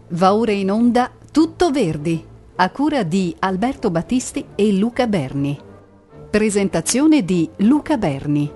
Va ora in onda Tutto Verdi, a cura di Alberto Battisti e Luca Berni. Presentazione di Luca Berni.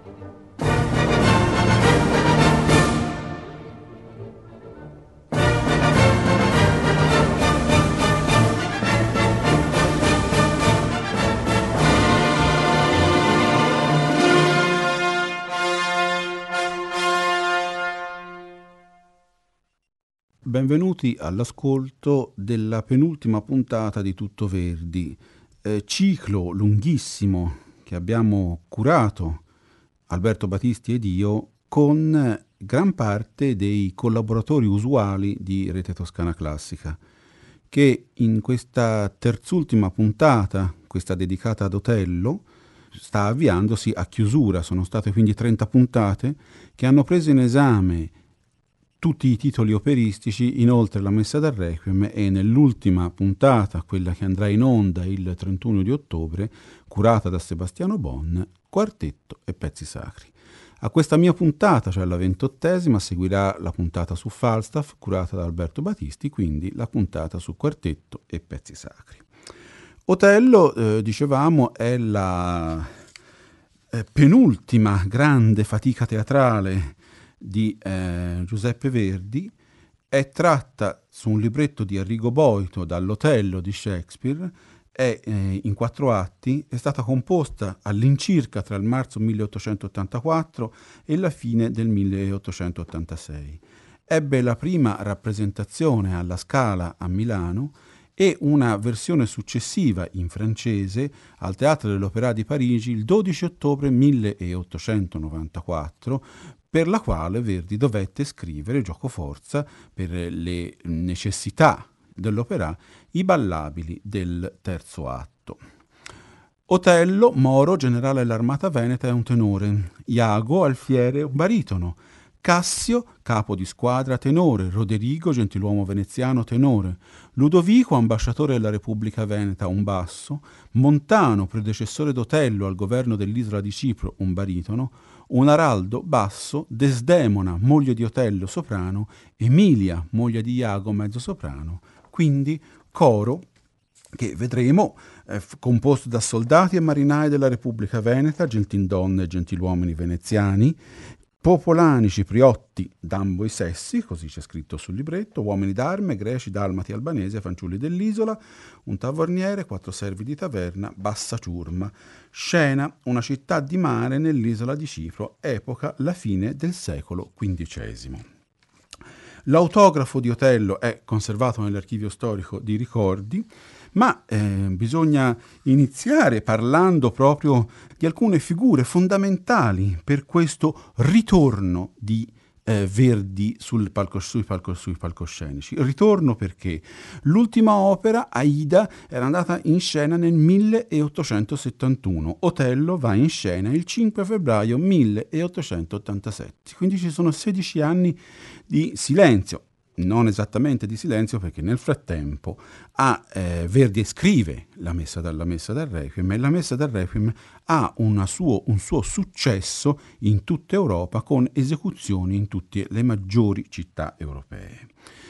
Benvenuti all'ascolto della penultima puntata di Tutto Verdi, ciclo lunghissimo che abbiamo curato Alberto Battisti ed io con gran parte dei collaboratori usuali di Rete Toscana Classica, che in questa terzultima puntata, questa dedicata ad Otello, sta avviandosi a chiusura. Sono state quindi 30 puntate che hanno preso in esame tutti i titoli operistici, inoltre la Messa del Requiem, e nell'ultima puntata, quella che andrà in onda il 31 di ottobre, curata da Sebastiano Bon, quartetto e pezzi sacri. A questa mia puntata, cioè la 28esima, seguirà la puntata su Falstaff, curata da Alberto Battisti, quindi la puntata su quartetto e pezzi sacri. Otello, dicevamo, è la penultima grande fatica teatrale di Giuseppe Verdi. È tratta su un libretto di Arrigo Boito dall'Otello di Shakespeare, è in 4 atti, è stata composta all'incirca tra il marzo 1884 e la fine del 1886. Ebbe la prima rappresentazione alla Scala a Milano e una versione successiva in francese al Teatro dell'Opéra di Parigi il 12 ottobre 1894, per la quale Verdi dovette scrivere giocoforza, per le necessità dell'opera, i ballabili del terzo atto. Otello, Moro, generale dell'armata veneta, è un tenore. Iago, alfiere, un baritono. Cassio, capo di squadra, tenore. Roderigo, gentiluomo veneziano, tenore. Ludovico, ambasciatore della Repubblica Veneta, un basso. Montano, predecessore d'Otello al governo dell'isola di Cipro, un baritono. Un araldo, basso. Desdemona, moglie di Otello, soprano. Emilia, moglie di Iago, mezzosoprano. Quindi coro che vedremo composto da soldati e marinai della Repubblica Veneta, gentildonne e gentiluomini veneziani, popolani cipriotti d'ambo i sessi, così c'è scritto sul libretto, uomini d'arme, greci, dalmati, albanesi, fanciulli dell'isola, un taverniere, 4 servi di taverna, bassa ciurma. Scena, una città di mare nell'isola di Cipro, epoca la fine del secolo XV. L'autografo di Otello è conservato nell'archivio storico di Ricordi, ma bisogna iniziare parlando proprio di alcune figure fondamentali per questo ritorno di Verdi sui palcoscenici. Ritorno perché l'ultima opera, Aida, era andata in scena nel 1871. Otello va in scena il 5 febbraio 1887. Quindi ci sono 16 anni di silenzio. Non esattamente di silenzio, perché nel frattempo Verdi scrive la Messa del Requiem, e la Messa del Requiem ha un suo successo in tutta Europa, con esecuzioni in tutte le maggiori città europee.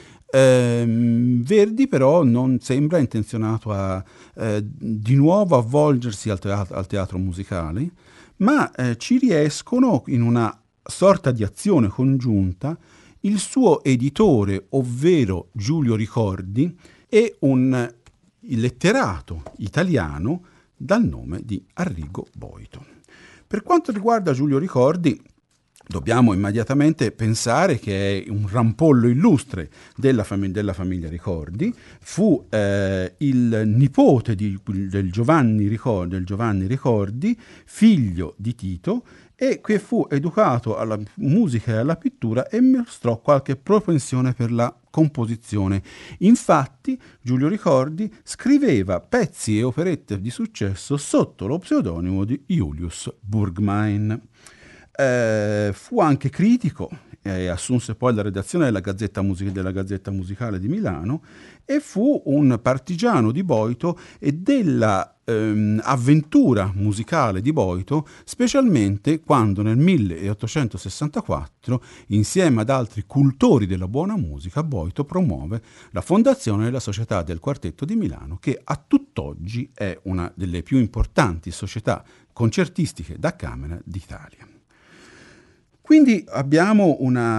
Verdi però non sembra intenzionato a di nuovo avvolgersi al teatro musicale, ma ci riescono in una sorta di azione congiunta il suo editore, ovvero Giulio Ricordi, e un letterato italiano dal nome di Arrigo Boito. Per quanto riguarda Giulio Ricordi, dobbiamo immediatamente pensare che è un rampollo illustre della famiglia Ricordi. Fu il nipote del Giovanni Ricordi, figlio di Tito, e che fu educato alla musica e alla pittura e mostrò qualche propensione per la composizione. Infatti Giulio Ricordi scriveva pezzi e operette di successo sotto lo pseudonimo di Julius Burgmain. Fu anche critico assunse poi la redazione della Gazzetta Musicale di Milano e fu un partigiano di Boito e della avventura musicale di Boito, specialmente quando nel 1864, insieme ad altri cultori della buona musica, Boito promuove la fondazione della Società del Quartetto di Milano, che a tutt'oggi è una delle più importanti società concertistiche da camera d'Italia. Quindi abbiamo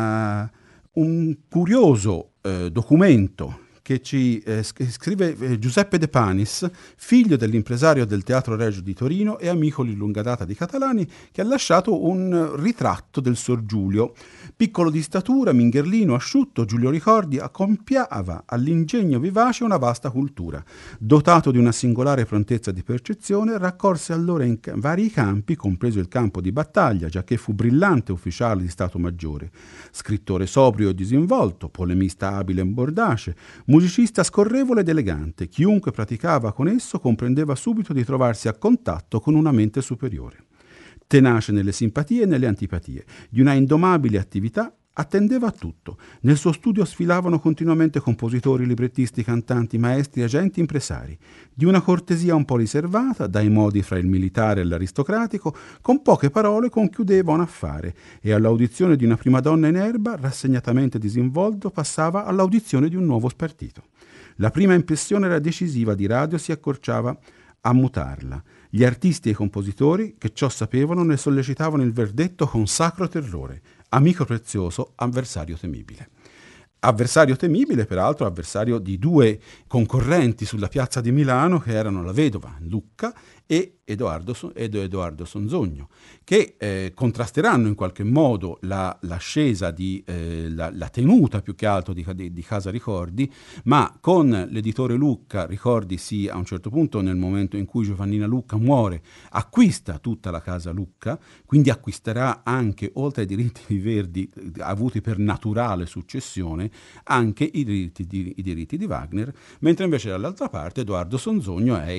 un curioso documento che ci scrive Giuseppe De Panis, figlio dell'impresario del Teatro Regio di Torino e amico di lunga data di Catalani, che ha lasciato un ritratto del Sor Giulio. Piccolo di statura, mingherlino, asciutto, Giulio Ricordi accompiava all'ingegno vivace una vasta cultura. Dotato di una singolare prontezza di percezione, raccolse allora in vari campi, compreso il campo di battaglia, giacché fu brillante ufficiale di Stato Maggiore. Scrittore sobrio e disinvolto, polemista abile e mordace, musicista scorrevole ed elegante, chiunque praticava con esso comprendeva subito di trovarsi a contatto con una mente superiore. Tenace nelle simpatie e nelle antipatie, di una indomabile attività, attendeva a tutto. Nel suo studio sfilavano continuamente compositori, librettisti, cantanti, maestri, agenti, impresari. Di una cortesia un po' riservata, dai modi fra il militare e l'aristocratico, con poche parole conchiudeva un affare e all'audizione di una prima donna in erba, rassegnatamente disinvolto, passava all'audizione di un nuovo spartito. La prima impressione era decisiva di radio, si accorciava a mutarla. Gli artisti e i compositori, che ciò sapevano, ne sollecitavano il verdetto con sacro terrore. Amico prezioso, avversario temibile. Avversario temibile, peraltro avversario di due concorrenti sulla piazza di Milano, che erano la vedova Lucca e Edoardo Sonzogno, che contrasteranno in qualche modo l'ascesa la tenuta più che altro di Casa Ricordi, ma con l'editore Lucca, Ricordi a un certo punto, nel momento in cui Giovannina Lucca muore, acquista tutta la Casa Lucca, quindi acquisterà anche, oltre ai diritti di Verdi avuti per naturale successione, anche i diritti di Wagner, mentre invece dall'altra parte Edoardo Sonzogno è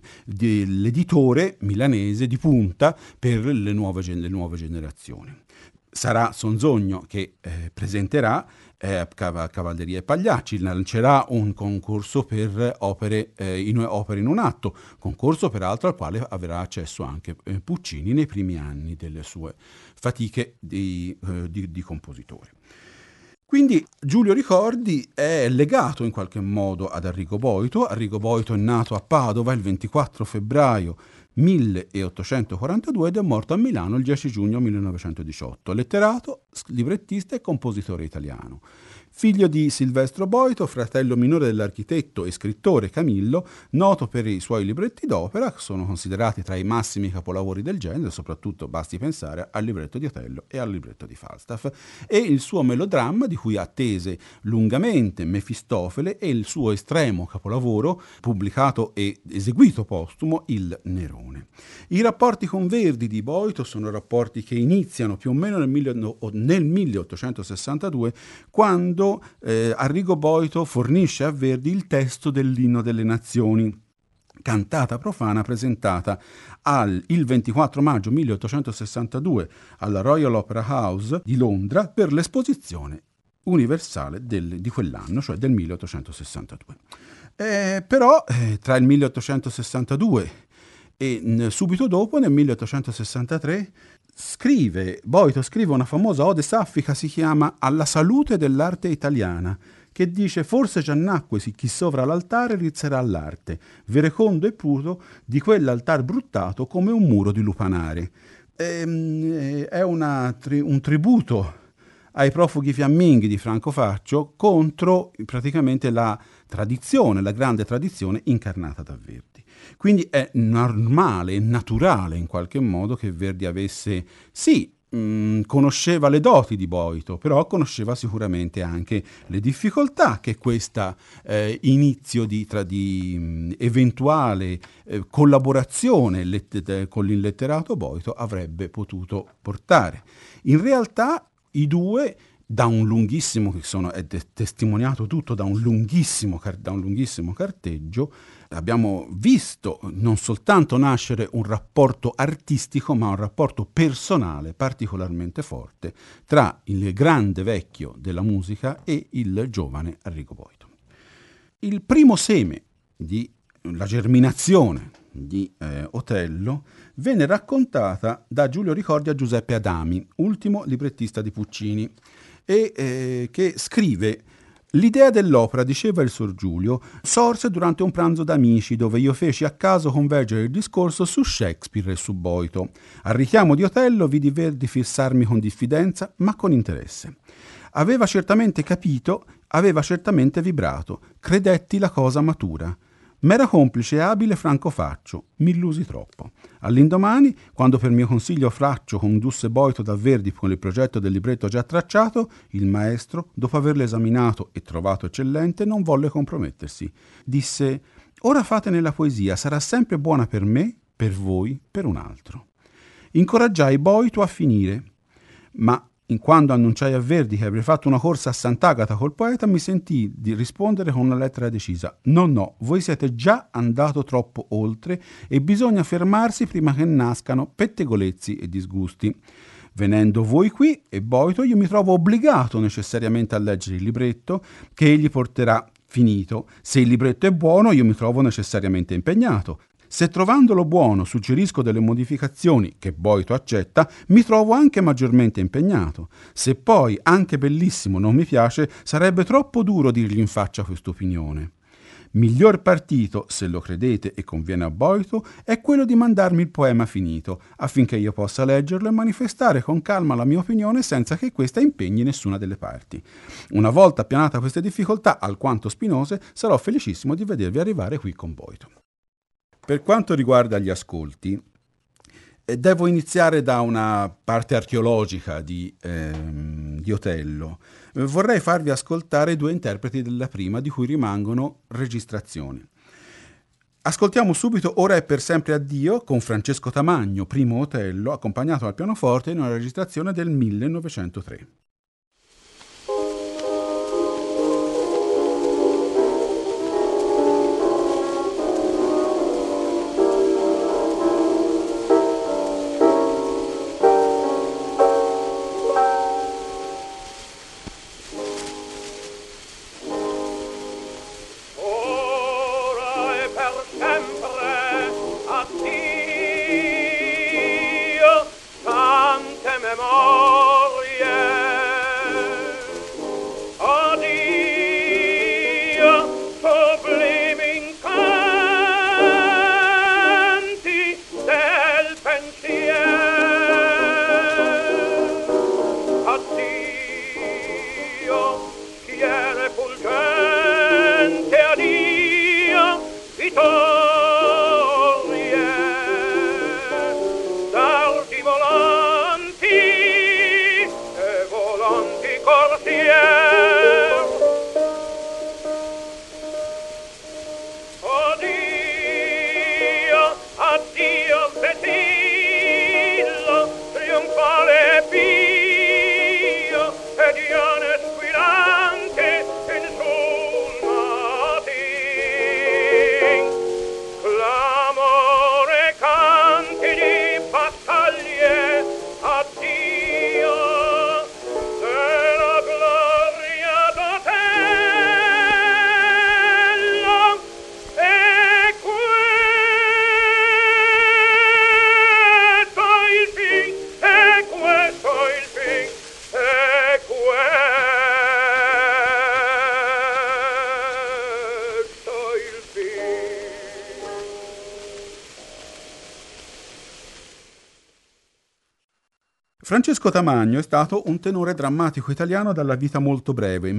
l'editore milanese di punta per le nuove generazioni. Sarà Sonzogno che presenterà Cavalleria e Pagliacci, lancerà un concorso per opere in un atto, concorso peraltro al quale avrà accesso anche Puccini nei primi anni delle sue fatiche di compositore. Quindi Giulio Ricordi è legato in qualche modo ad Arrigo Boito. Arrigo Boito è nato a Padova il 24 febbraio 1842 ed è morto a Milano il 10 giugno 1918. Letterato, librettista e compositore italiano. Figlio di Silvestro Boito, fratello minore dell'architetto e scrittore Camillo, noto per i suoi libretti d'opera, che sono considerati tra i massimi capolavori del genere, soprattutto basti pensare al libretto di Otello e al libretto di Falstaff, e il suo melodramma di cui attese lungamente Mefistofele e il suo estremo capolavoro, pubblicato e eseguito postumo, Il Nerone. I rapporti con Verdi di Boito sono rapporti che iniziano più o meno nel 1862, quando Arrigo Boito fornisce a Verdi il testo dell'Inno delle Nazioni, cantata profana presentata il 24 maggio 1862 alla Royal Opera House di Londra per l'esposizione universale di quell'anno, cioè del 1862. Però tra il 1862 e subito dopo, nel 1863, Boito scrive una famosa ode saffica, si chiama Alla salute dell'arte italiana, che dice: forse già nacque chi sovra l'altare rizzerà l'arte, verecondo e puto di quell'altar bruttato come un muro di lupanare. È un tributo ai profughi fiamminghi di Franco Faccio contro praticamente la grande tradizione incarnata da Verdi. Quindi è normale e naturale in qualche modo che Verdi avesse, conosceva le doti di Boito, però conosceva sicuramente anche le difficoltà che questo inizio di eventuale collaborazione con l'illetterato Boito avrebbe potuto portare. In realtà i due, da un lunghissimo, è testimoniato tutto da un lunghissimo carteggio, abbiamo visto non soltanto nascere un rapporto artistico, ma un rapporto personale particolarmente forte tra il grande vecchio della musica e il giovane Arrigo Boito. Il primo seme la germinazione di Otello venne raccontata da Giulio Ricordi a Giuseppe Adami, ultimo librettista di Puccini, e che scrive: l'idea dell'opera, diceva il Sor Giulio, sorse durante un pranzo d'amici dove io feci a caso convergere il discorso su Shakespeare e su Boito. Al richiamo di Otello vidi Verdi fissarmi con diffidenza ma con interesse. Aveva certamente capito, aveva certamente vibrato, credetti la cosa matura. M'era complice e abile Franco Faccio, m'illusi troppo. All'indomani, quando per mio consiglio Faccio condusse Boito da Verdi con il progetto del libretto già tracciato, il maestro, dopo averlo esaminato e trovato eccellente, non volle compromettersi. Disse: «Ora fatene la poesia, sarà sempre buona per me, per voi, per un altro». Incoraggiai Boito a finire, ma quando annunciai a Verdi che avrei fatto una corsa a Sant'Agata col poeta, mi sentii di rispondere con una lettera decisa: no, voi siete già andato troppo oltre e bisogna fermarsi prima che nascano pettegolezzi e disgusti. Venendo voi qui e Boito, io mi trovo obbligato necessariamente a leggere il libretto che egli porterà finito. Se il libretto è buono, io mi trovo necessariamente impegnato. Se trovandolo buono suggerisco delle modificazioni che Boito accetta, mi trovo anche maggiormente impegnato. Se poi, anche bellissimo, non mi piace, sarebbe troppo duro dirgli in faccia quest'opinione. Miglior partito, se lo credete e conviene a Boito, è quello di mandarmi il poema finito, affinché io possa leggerlo e manifestare con calma la mia opinione senza che questa impegni nessuna delle parti. Una volta appianata queste difficoltà alquanto spinose, sarò felicissimo di vedervi arrivare qui con Boito. Per quanto riguarda gli ascolti, devo iniziare da una parte archeologica di Otello. Vorrei farvi ascoltare 2 interpreti della prima, di cui rimangono registrazioni. Ascoltiamo subito Ora e per sempre addio con Francesco Tamagno, primo Otello, accompagnato al pianoforte in una registrazione del 1903. Francesco Tamagno è stato un tenore drammatico italiano dalla vita molto breve,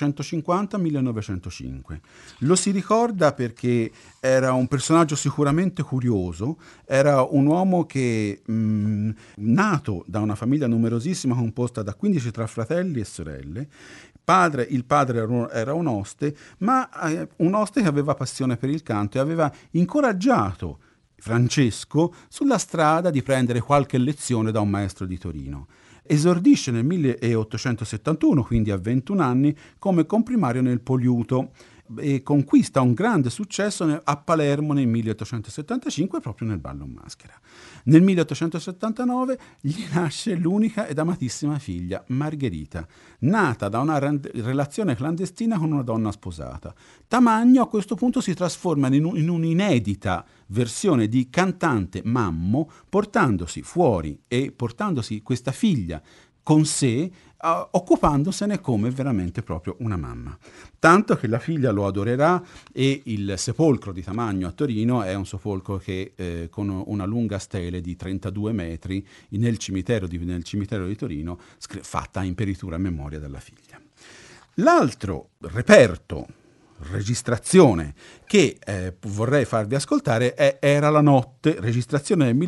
1850-1905. Lo si ricorda perché era un personaggio sicuramente curioso, era un uomo che, nato da una famiglia numerosissima composta da 15 tra fratelli e sorelle. Il padre era un oste, ma un oste che aveva passione per il canto e aveva incoraggiato Francesco sulla strada di prendere qualche lezione da un maestro di Torino. Esordisce nel 1871, quindi a 21 anni, come comprimario nel Poliuto. e conquista un grande successo a Palermo nel 1875 proprio nel ballo in maschera. Nel 1879 gli nasce l'unica ed amatissima figlia, Margherita, nata da una relazione clandestina con una donna sposata. Tamagno a questo punto si trasforma in un'inedita versione di cantante mammo, portandosi fuori e portandosi questa figlia con sé, occupandosene come veramente proprio una mamma. Tanto che la figlia lo adorerà e il sepolcro di Tamagno a Torino è un sepolcro che con una lunga stele di 32 metri nel cimitero di Torino, fatta in peritura a memoria della figlia. L'altro reperto, registrazione che vorrei farvi ascoltare è Era la notte, registrazione del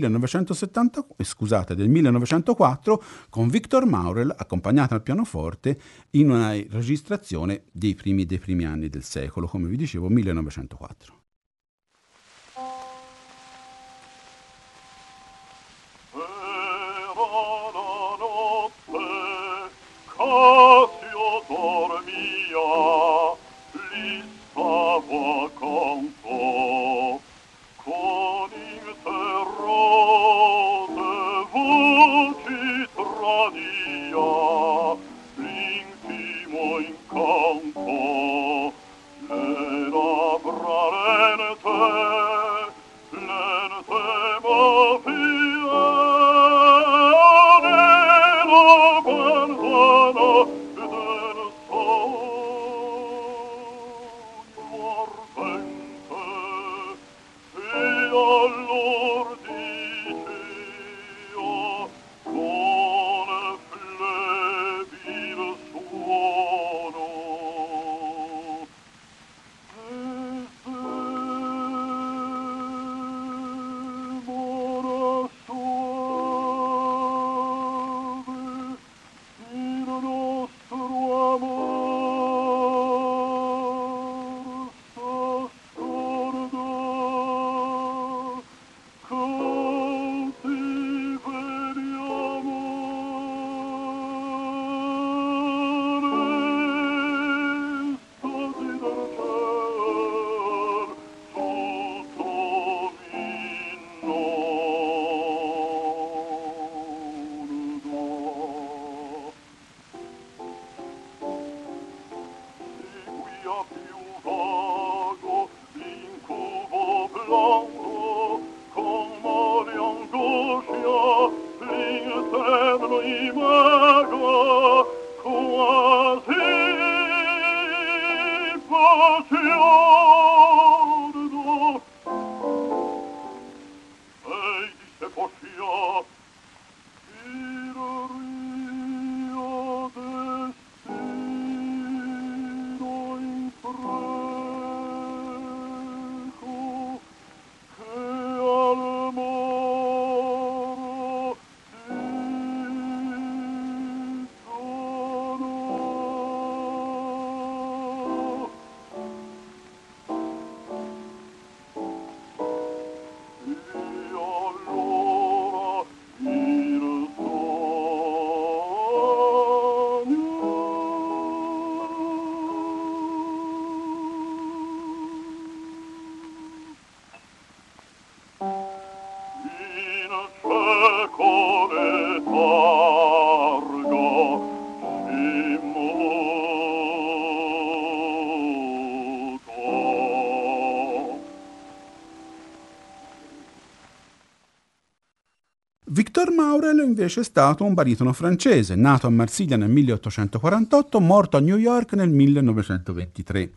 1904 con Victor Maurel accompagnata al pianoforte in una registrazione dei primi anni del secolo, come vi dicevo, 1904. Casio dormia, li stavo accanto, con interrotte voci tradia, l'intimo incanto, le labbra lente m'affia. Victor Maurel invece è stato un baritono francese, nato a Marsiglia nel 1848, morto a New York nel 1923.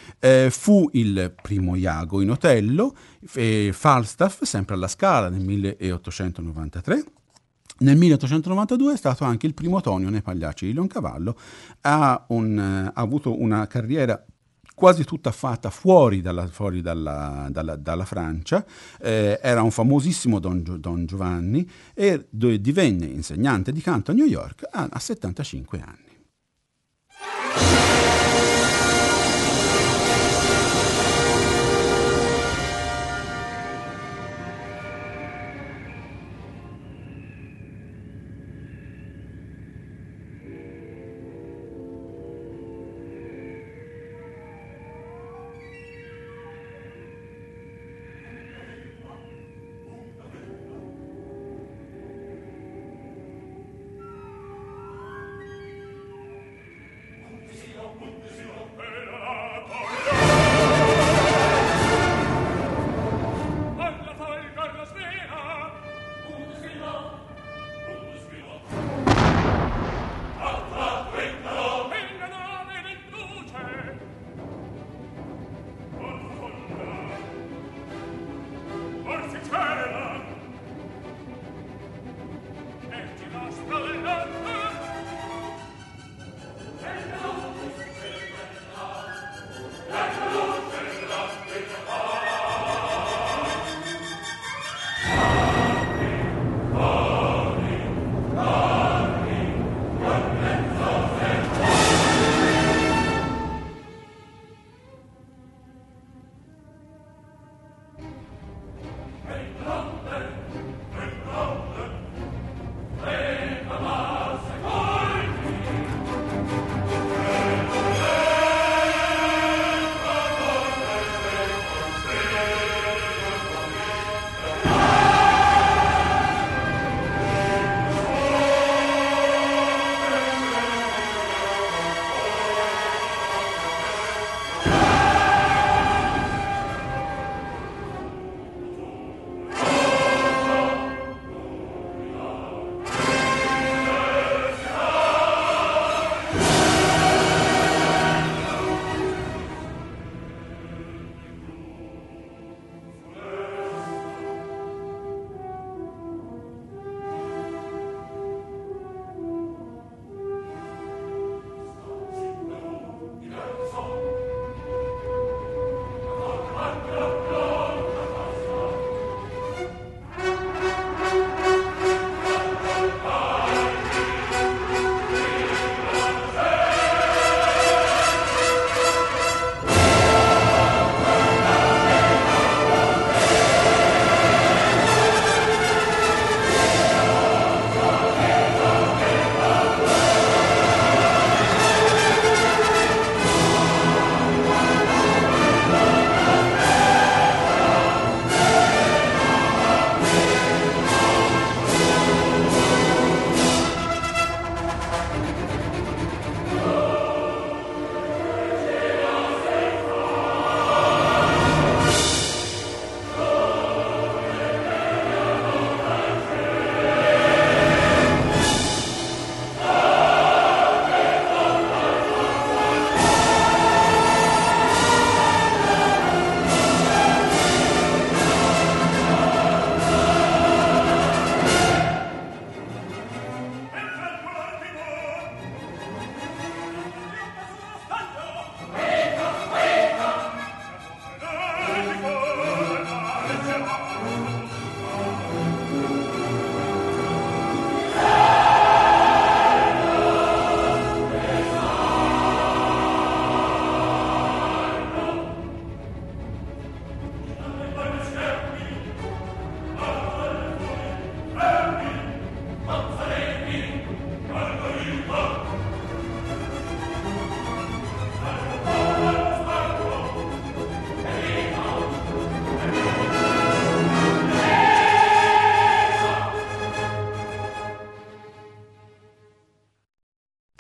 Fu il primo Iago in Otello, Falstaff sempre alla Scala nel 1893. Nel 1892 è stato anche il primo Tonio nei Pagliacci di Leoncavallo, ha avuto una carriera quasi tutta fatta fuori dalla Francia, era un famosissimo Don Giovanni e divenne insegnante di canto a New York a 75 anni.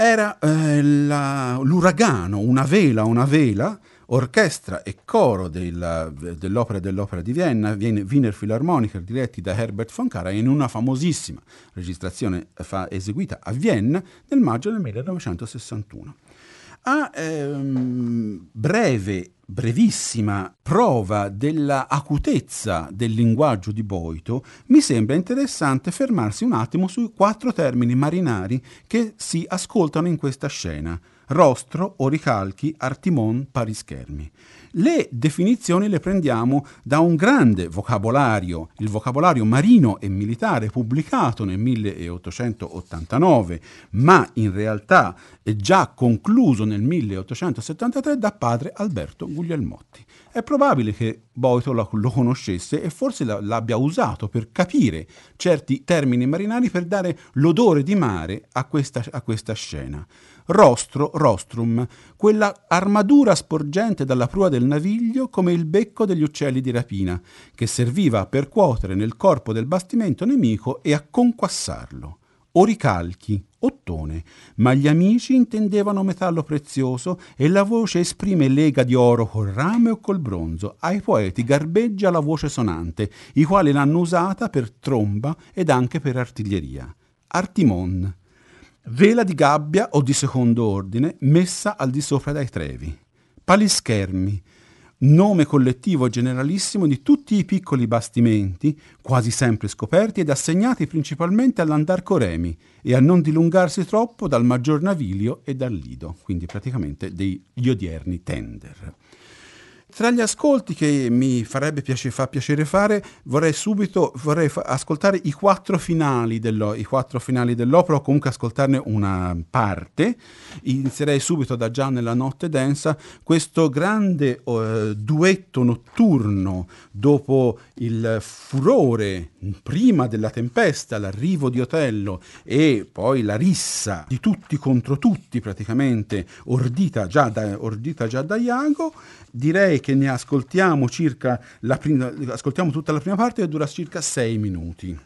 era l'uragano, una vela, orchestra e coro dell'opera di Vienna, Wiener Philharmoniker, diretti da Herbert von Karajan, in una famosissima registrazione eseguita a Vienna nel maggio del 1961. A brevissima prova della acutezza del linguaggio di Boito, mi sembra interessante fermarsi un attimo sui 4 termini marinari che si ascoltano in questa scena: rostro, oricalchi, artimon, parischermi. Le definizioni le prendiamo da un grande vocabolario, il vocabolario marino e militare, pubblicato nel 1889, ma in realtà è già concluso nel 1873 da padre Alberto Guglielmotti. È probabile che Boito lo conoscesse e forse l'abbia usato per capire certi termini marinari, per dare l'odore di mare a questa scena. Rostro, rostrum, quella armatura sporgente dalla prua del naviglio come il becco degli uccelli di rapina, che serviva a percuotere nel corpo del bastimento nemico e a conquassarlo. Oricalchi, ottone, ma gli amici intendevano metallo prezioso e la voce esprime lega di oro col rame o col bronzo. Ai poeti garbeggia la voce sonante, i quali l'hanno usata per tromba ed anche per artiglieria. Artimon, vela di gabbia o di secondo ordine messa al di sopra dai trevi. Palischermi, nome collettivo generalissimo di tutti i piccoli bastimenti, quasi sempre scoperti ed assegnati principalmente all'andarcoremi e a non dilungarsi troppo dal maggior navilio e dal lido, quindi praticamente degli odierni tender. Tra gli ascolti che mi fa piacere fare, vorrei ascoltare i 4 finali dell'opera, o comunque ascoltarne una parte. Inizierei subito da Già nella notte densa, questo grande duetto notturno dopo il furore prima della tempesta, l'arrivo di Otello e poi la rissa di tutti contro tutti, praticamente ordita già da Iago. Direi che ne ascoltiamo ascoltiamo tutta la prima parte, che dura circa 6 minuti.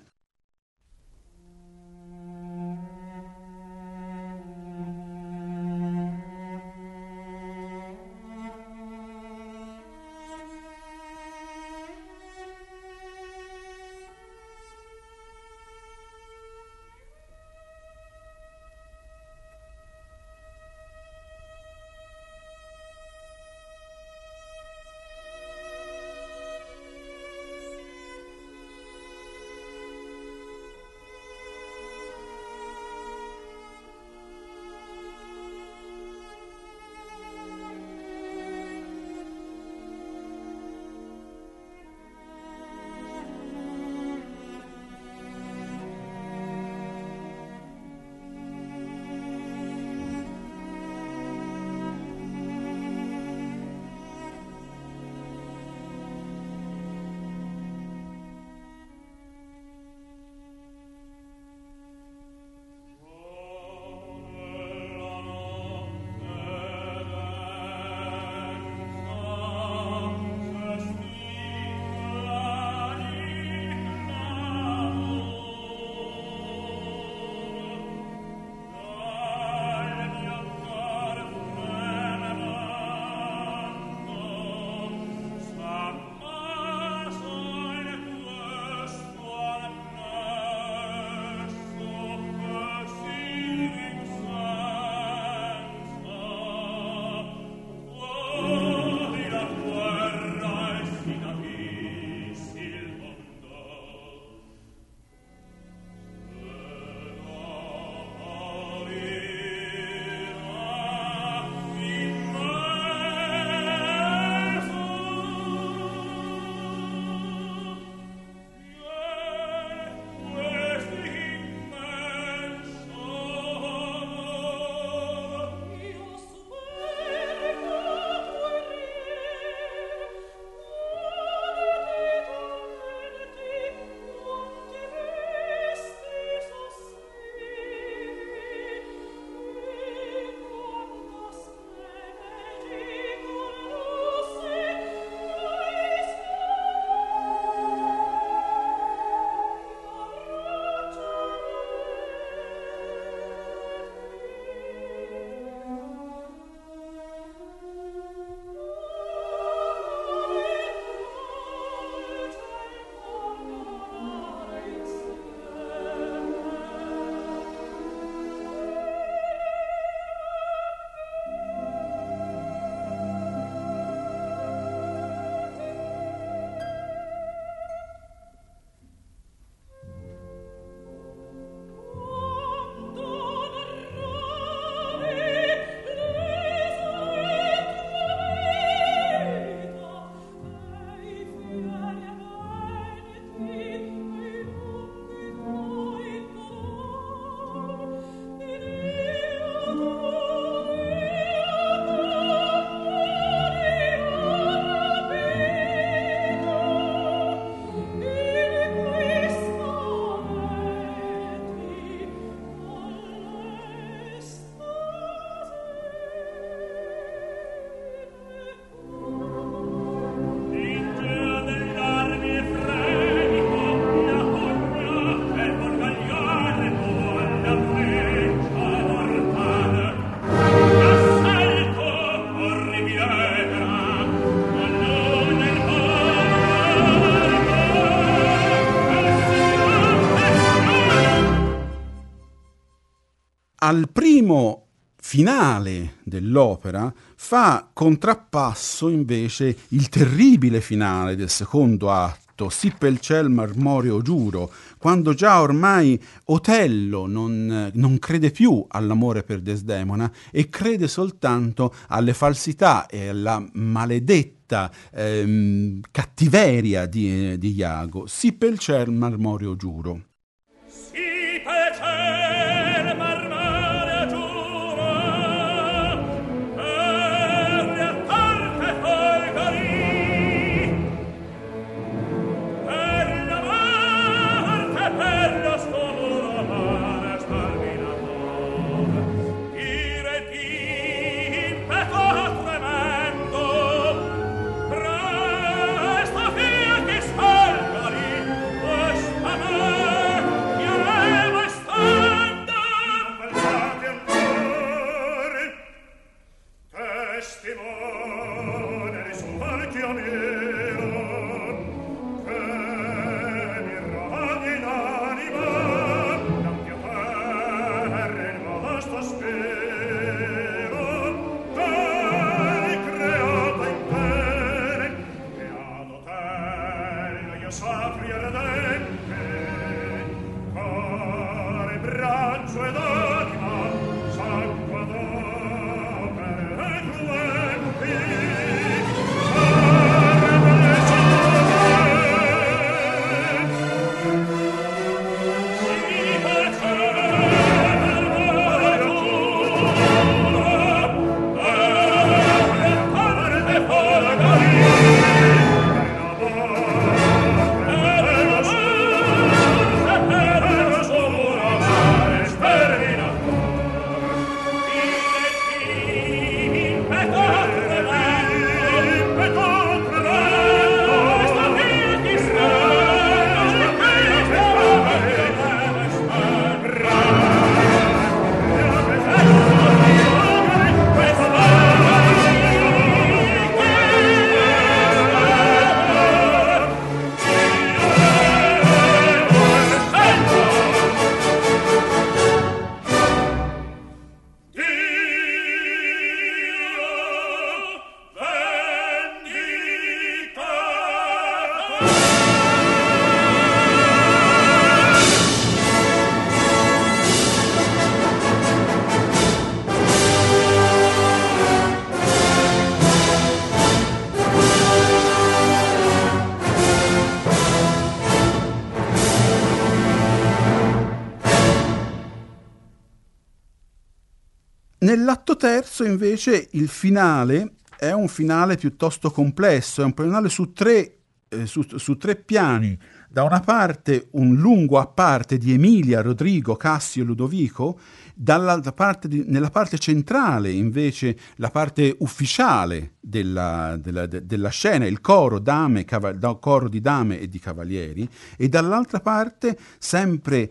al primo finale dell'opera fa contrappasso invece il terribile finale del secondo atto, Si pel ciel marmoreo giuro, quando già ormai Otello non crede più all'amore per Desdemona e crede soltanto alle falsità e alla maledetta cattiveria di Iago. Si pel ciel marmoreo giuro. Si pel ciel marmoreo giuro, per le tante folgori, per la morte, per lo scuro mare sterminato, dire d'impeto tremendo, presto via che sfolgori, questa me chiamevo e stando. Pensate ancora, testimone di suo chiamero, che mi rogni l'anima, l'ampia terra il vasto spero, dai creata in bene, e ad Otello io sacri ardente, cuore, braccio ed anima, sangue d'opere cruenti, Nell'atto terzo, invece, il finale è un finale piuttosto complesso, è un finale su tre piani. Da una parte un lungo a parte di Emilia, Rodrigo, Cassio e Ludovico, dall'altra parte, nella parte centrale, invece, la parte ufficiale della scena, il coro di dame e di cavalieri, e dall'altra parte sempre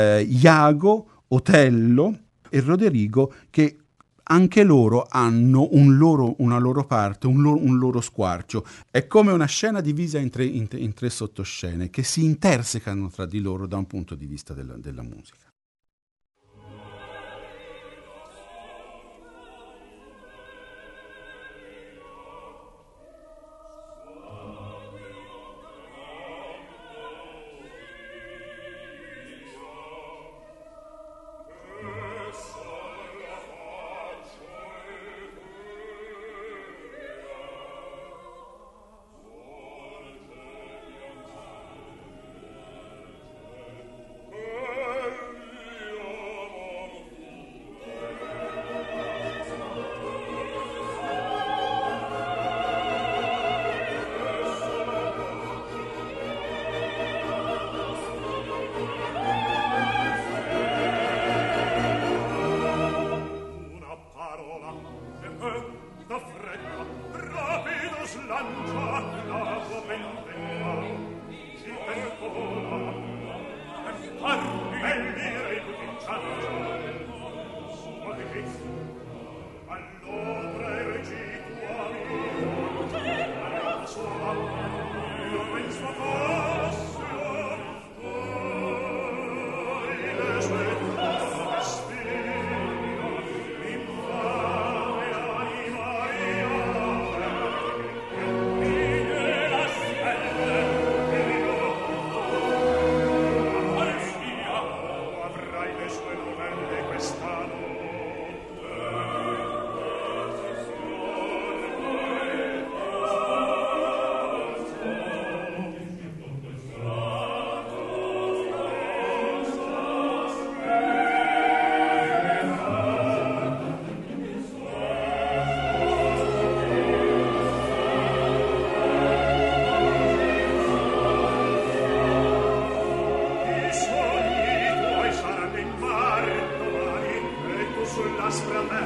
Iago, Otello e Roderigo, che anche loro hanno una loro parte, un loro squarcio. È come una scena divisa in tre sottoscene che si intersecano tra di loro da un punto di vista della musica.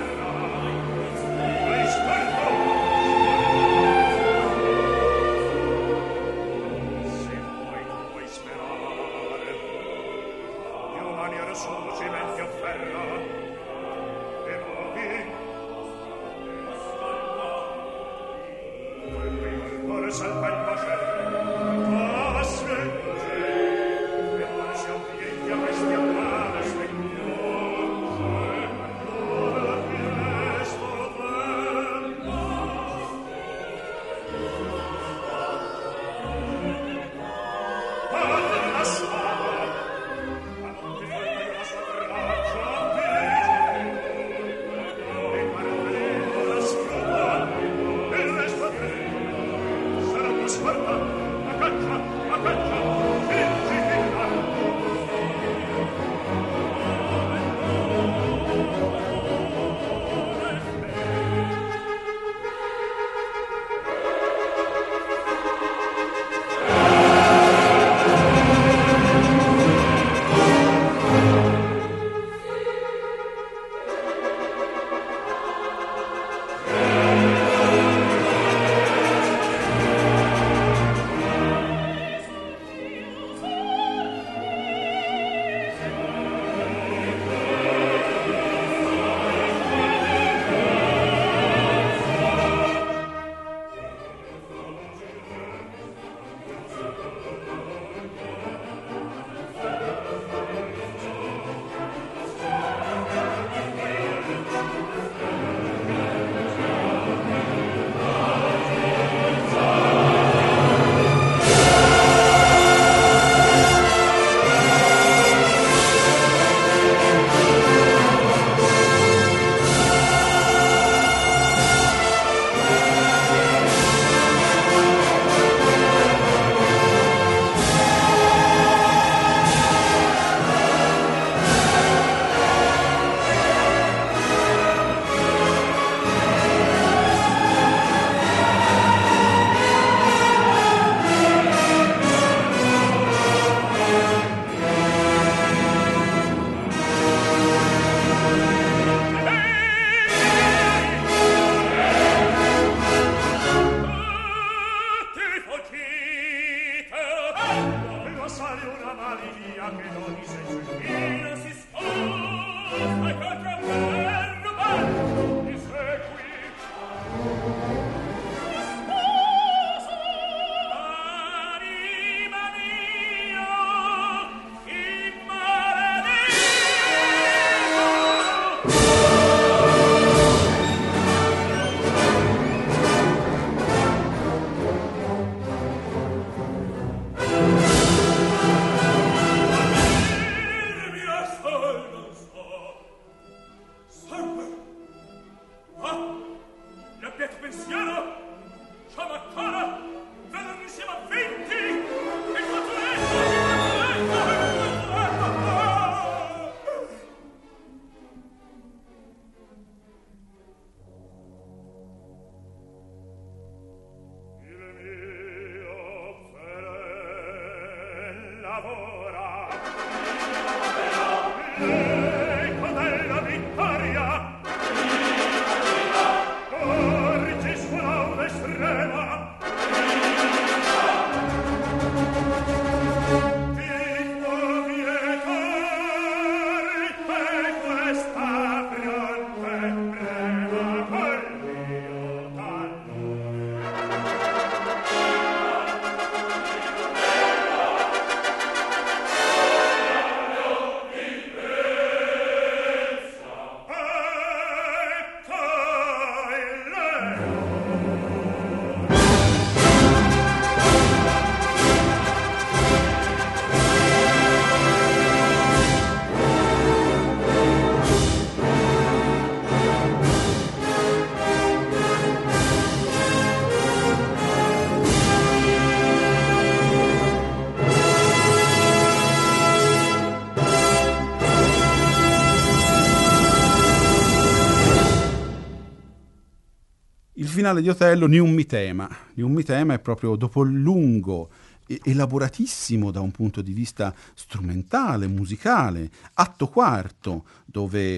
finale di Otello, Ni un mi tema. Ni un mi tema è proprio dopo il lungo, elaboratissimo da un punto di vista strumentale, musicale, atto quarto, dove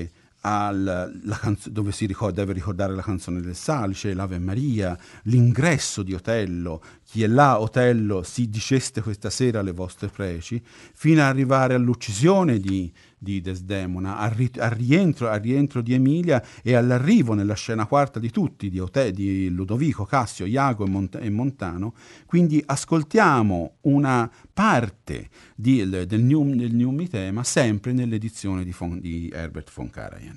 dove deve ricordare la canzone del Salice, l'Ave Maria, l'ingresso di Otello, chi è là Otello, si diceste questa sera le vostre preci, fino ad arrivare all'uccisione di Desdemona, al rientro di Emilia e all'arrivo nella scena quarta di tutti, di Ludovico, Cassio, Iago e Montano. Quindi ascoltiamo una parte del New Mitema sempre nell'edizione di Herbert von Karajan.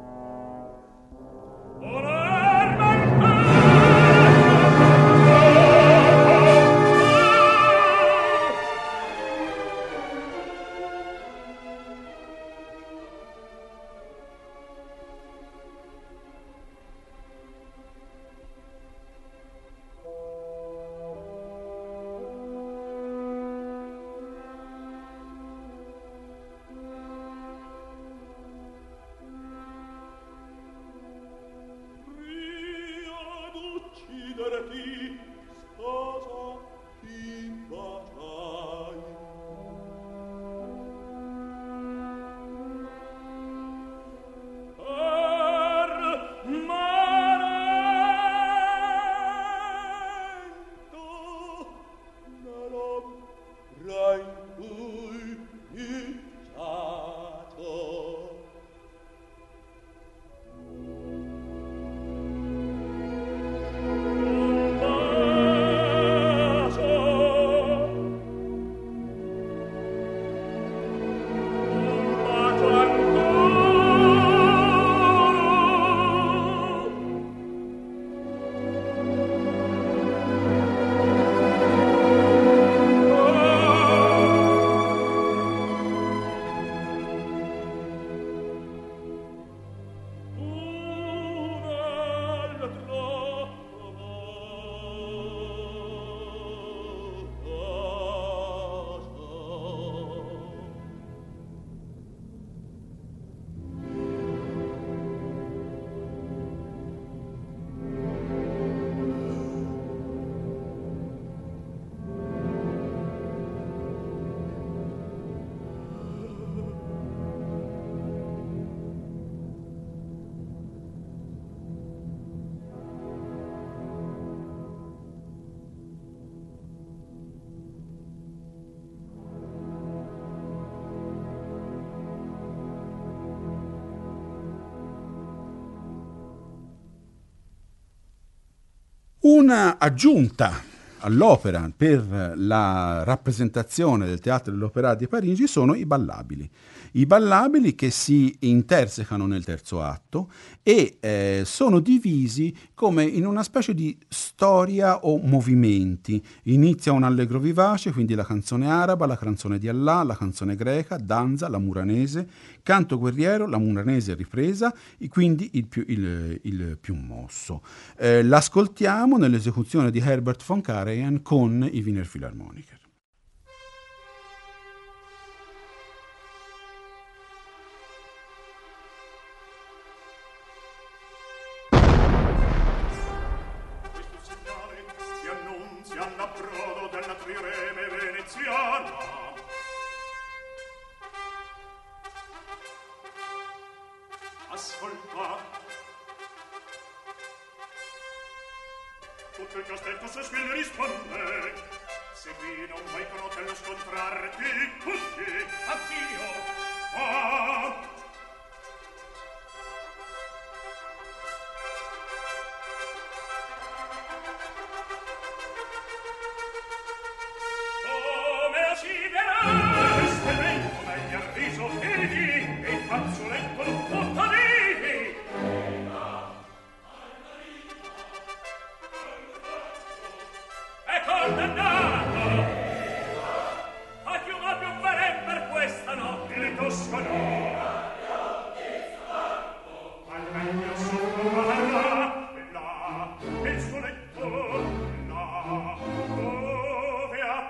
Oh Una aggiunta all'opera per la rappresentazione del Teatro dell'Opéra di Parigi sono i ballabili che si intersecano nel terzo atto e sono divisi come in una specie di storia o movimenti. Inizia un allegro vivace, quindi la canzone araba, la canzone di Allah, la canzone greca, danza, la muranese, canto guerriero, la muranese ripresa, e quindi il più mosso. L'ascoltiamo nell'esecuzione di Herbert von Karajan con i Wiener Philharmoniker. Questo segnale ti annunzia l'approdo della trireme veneziana. Ascolta. Tutto il castello sospira e risponde. Se qui non vuoi con Otello scontrarti, fuggi, addio. Ah! Come aciderà? Questo evento dagli arriso vedi e il fazzoletto non portavi. È condannato! A chi non abbia un veren per questa notte! Il toscano! Al vecchio sotto parla, e là, e il suo letto, là, dove ha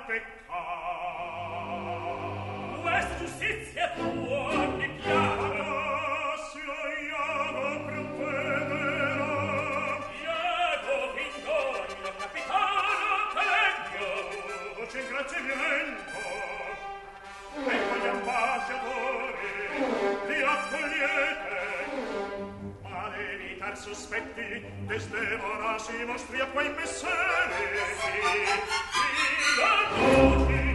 peccato. Questa giustizia tua mi chiama. Se Iago provvederà. Iago Vindogno, capitano, Calegno. C'è ingrazimento. Ecco gli ambasciatori, li accogliete. Ma ad evitar sospetti, Desdemona si mostri a quei messeri. Sì, tutti.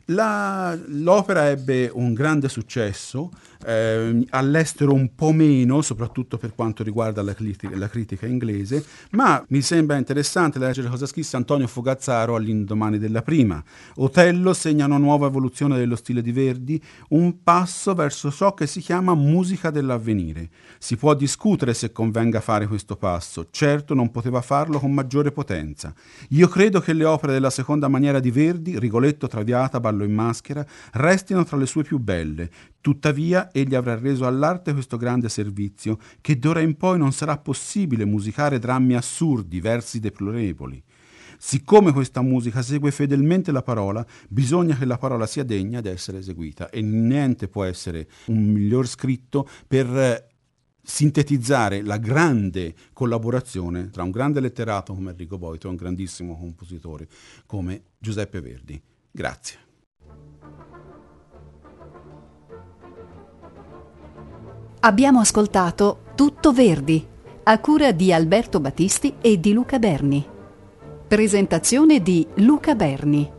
L'opera ebbe un grande successo, all'estero un po' meno, soprattutto per quanto riguarda la critica inglese, ma mi sembra interessante leggere cosa scrisse Antonio Fogazzaro all'indomani della prima. Otello segna una nuova evoluzione dello stile di Verdi, un passo verso ciò che si chiama musica dell'avvenire. Si può discutere se convenga fare questo passo, certo non poteva farlo con maggiore potenza. Io credo che le opere della seconda maniera di Verdi, Rigoletto, Traviata, Ballo in maschera, restino tra le sue più belle. Tuttavia egli avrà reso all'arte questo grande servizio, che d'ora in poi non sarà possibile musicare drammi assurdi, versi deplorevoli. Siccome questa musica segue fedelmente la parola, bisogna che la parola sia degna di essere eseguita, e niente può essere un miglior scritto per sintetizzare la grande collaborazione tra un grande letterato come Enrico Boito e un grandissimo compositore come Giuseppe Verdi. Grazie. Abbiamo ascoltato Tutto Verdi, a cura di Alberto Battisti e di Luca Berni. Presentazione di Luca Berni.